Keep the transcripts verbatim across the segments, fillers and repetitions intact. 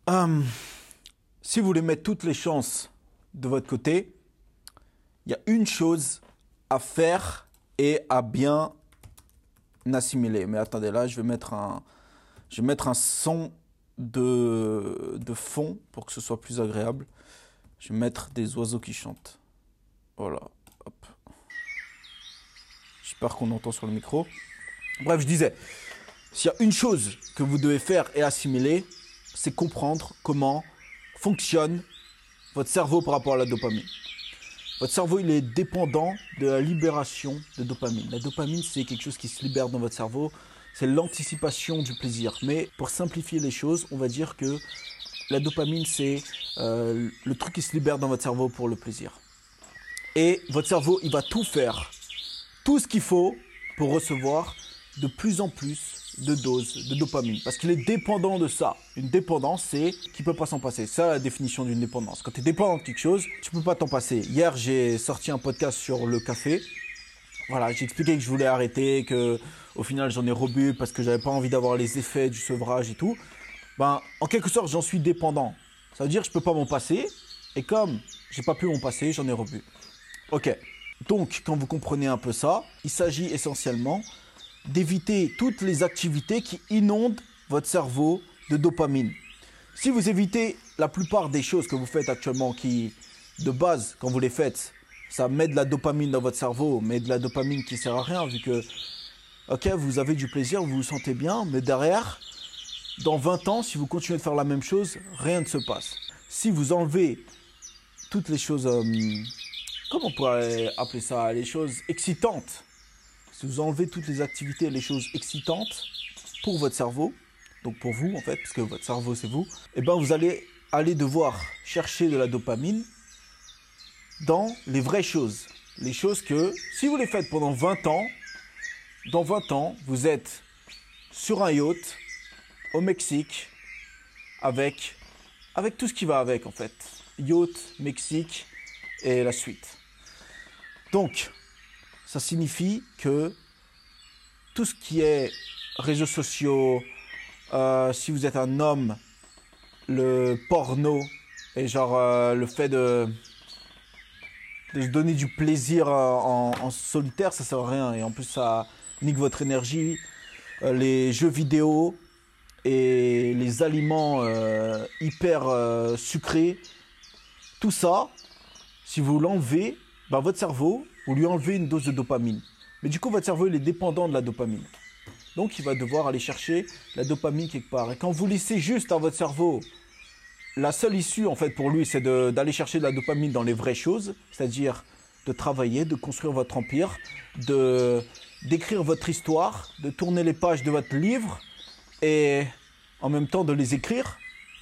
Euh, si vous voulez mettre toutes les chances de votre côté, il y a une chose à faire et à bien assimiler. Mais attendez, là, je vais mettre un, je vais mettre un son de, de fond pour que ce soit plus agréable. Je vais mettre des oiseaux qui chantent. Voilà. Hop. J'espère qu'on entend sur le micro. Bref, je disais, s'il y a une chose que vous devez faire et assimiler, c'est comprendre comment fonctionne votre cerveau par rapport à la dopamine. Votre cerveau, il est dépendant de la libération de dopamine. La dopamine, c'est quelque chose qui se libère dans votre cerveau. C'est l'anticipation du plaisir. Mais pour simplifier les choses, on va dire que la dopamine, c'est euh, le truc qui se libère dans votre cerveau pour le plaisir. Et votre cerveau, il va tout faire, tout ce qu'il faut pour recevoir de plus en plus de doses de dopamine. Parce qu'il est dépendant de ça. Une dépendance, c'est qu'il ne peut pas s'en passer. C'est ça la définition d'une dépendance. Quand tu es dépendant de quelque chose, tu ne peux pas t'en passer. Hier, j'ai sorti un podcast sur le café. Voilà, j'ai expliqué que je voulais arrêter, que au final, j'en ai rebu parce que j'avais pas envie d'avoir les effets du sevrage et tout. Ben, en quelque sorte, j'en suis dépendant. Ça veut dire que je ne peux pas m'en passer. Et comme j'ai pas pu m'en passer, j'en ai rebu. Ok. Donc, quand vous comprenez un peu ça, il s'agit essentiellement d'éviter toutes les activités qui inondent votre cerveau de dopamine. Si vous évitez la plupart des choses que vous faites actuellement, qui, de base, quand vous les faites, ça met de la dopamine dans votre cerveau, mais de la dopamine qui ne sert à rien, vu que, ok, vous avez du plaisir, vous vous sentez bien, mais derrière, dans vingt ans, si vous continuez de faire la même chose, rien ne se passe. Si vous enlevez toutes les choses, euh, comment on pourrait appeler ça, les choses excitantes, si vous enlevez toutes les activités et les choses excitantes pour votre cerveau, donc pour vous en fait, parce que votre cerveau c'est vous, et ben vous allez aller devoir chercher de la dopamine dans les vraies choses. Les choses que, si vous les faites pendant vingt ans, dans vingt ans, vous êtes sur un yacht, au Mexique, avec, avec tout ce qui va avec en fait. Yacht, Mexique et la suite. Donc, ça signifie que tout ce qui est réseaux sociaux, euh, si vous êtes un homme, le porno et genre euh, le fait de, de se donner du plaisir en, en solitaire, ça sert à rien. Et en plus, ça nique votre énergie. Euh, les jeux vidéo et les aliments euh, hyper euh, sucrés, tout ça, si vous l'enlevez, ben, votre cerveau, vous lui enlevez une dose de dopamine. Mais du coup, votre cerveau, il est dépendant de la dopamine. Donc, il va devoir aller chercher la dopamine quelque part. Et quand vous laissez juste à votre cerveau, la seule issue, en fait, pour lui, c'est d'aller chercher de la dopamine dans les vraies choses, c'est-à-dire de travailler, de construire votre empire, de d'écrire votre histoire, de tourner les pages de votre livre et en même temps de les écrire.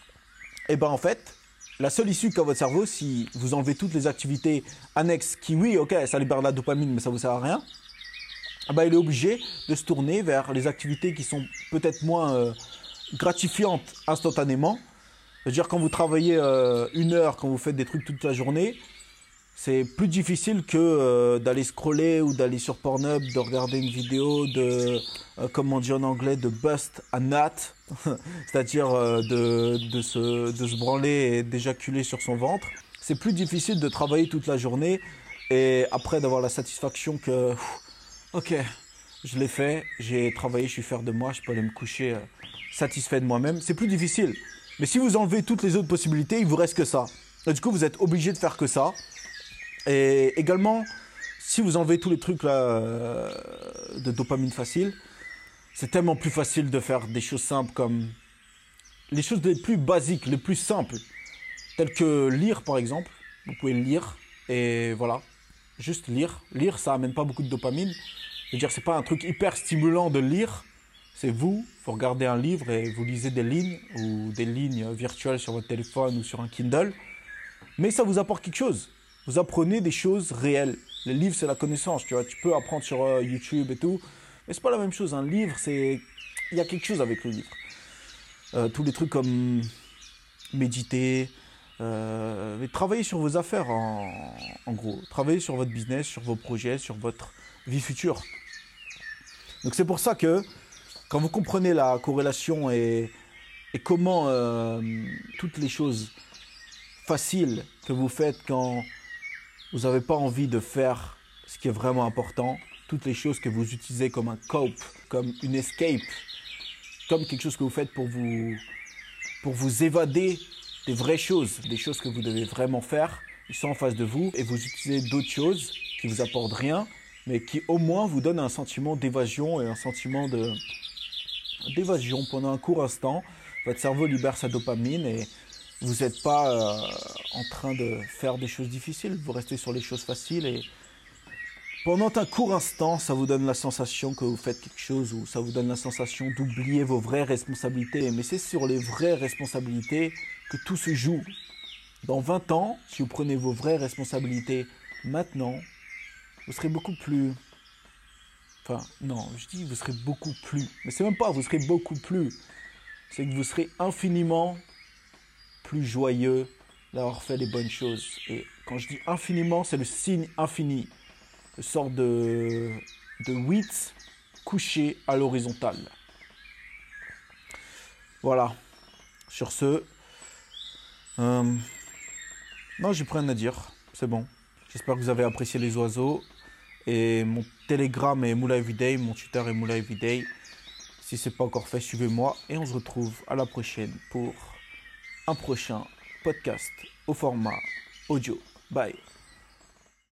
Et ben en fait, la seule issue qu'a votre cerveau, si vous enlevez toutes les activités annexes qui, oui, ok, ça libère de la dopamine, mais ça ne vous sert à rien, ben, il est obligé de se tourner vers les activités qui sont peut-être moins euh, gratifiantes instantanément. C'est-à-dire quand vous travaillez euh, une heure, quand vous faites des trucs toute la journée, c'est plus difficile que euh, d'aller scroller ou d'aller sur Pornhub, de regarder une vidéo de, euh, comme on dit en anglais, de bust a nut, c'est-à-dire euh, de, de, se, de se branler et d'éjaculer sur son ventre. C'est plus difficile de travailler toute la journée et après d'avoir la satisfaction que, pff, ok, je l'ai fait, j'ai travaillé, je suis fier de moi, je peux aller me coucher euh, satisfait de moi-même. C'est plus difficile. Mais si vous enlevez toutes les autres possibilités, il vous reste que ça. Et du coup, vous êtes obligé de faire que ça. Et également, si vous enlevez tous les trucs là, euh, de dopamine facile, c'est tellement plus facile de faire des choses simples comme les choses les plus basiques, les plus simples, telles que lire par exemple. Vous pouvez lire et voilà, juste lire. Lire, ça amène pas beaucoup de dopamine. Je veux dire, c'est pas un truc hyper stimulant de lire. C'est vous, vous regardez un livre et vous lisez des lignes ou des lignes virtuelles sur votre téléphone ou sur un Kindle. Mais ça vous apporte quelque chose. Vous apprenez des choses réelles. Les livres, c'est la connaissance, tu vois. Tu peux apprendre sur euh, YouTube et tout. Mais c'est pas la même chose. Un livre, c'est... Il y a quelque chose avec le livre. Euh, tous les trucs comme méditer, euh, mais travailler sur vos affaires, en, en gros. Travailler sur votre business, sur vos projets, sur votre vie future. Donc c'est pour ça que, quand vous comprenez la corrélation et, et comment euh, toutes les choses faciles que vous faites quand vous n'avez pas envie de faire ce qui est vraiment important, toutes les choses que vous utilisez comme un cope, comme une escape, comme quelque chose que vous faites pour vous, pour vous évader des vraies choses, des choses que vous devez vraiment faire, ils sont en face de vous et vous utilisez d'autres choses qui vous apportent rien, mais qui au moins vous donnent un sentiment d'évasion et un sentiment de, d'évasion pendant un court instant. Votre cerveau libère sa dopamine et vous n'êtes pas euh, en train de faire des choses difficiles, vous restez sur les choses faciles et pendant un court instant, ça vous donne la sensation que vous faites quelque chose ou ça vous donne la sensation d'oublier vos vraies responsabilités. Mais c'est sur les vraies responsabilités que tout se joue. Dans vingt ans, si vous prenez vos vraies responsabilités maintenant, vous serez beaucoup plus... Enfin, non, je dis vous serez beaucoup plus. Mais c'est même pas vous serez beaucoup plus. C'est que vous serez infiniment plus joyeux d'avoir fait les bonnes choses. Et quand je dis infiniment, c'est le signe infini. Une sorte de, de huit couché à l'horizontale. Voilà. Sur ce, euh, non, j'ai plus rien à dire. C'est bon. J'espère que vous avez apprécié les oiseaux. Et mon Telegram est Moula Everyday, mon Twitter est Moula Everyday. Si ce n'est pas encore fait, suivez-moi. Et on se retrouve à la prochaine pour un prochain podcast au format audio. Bye.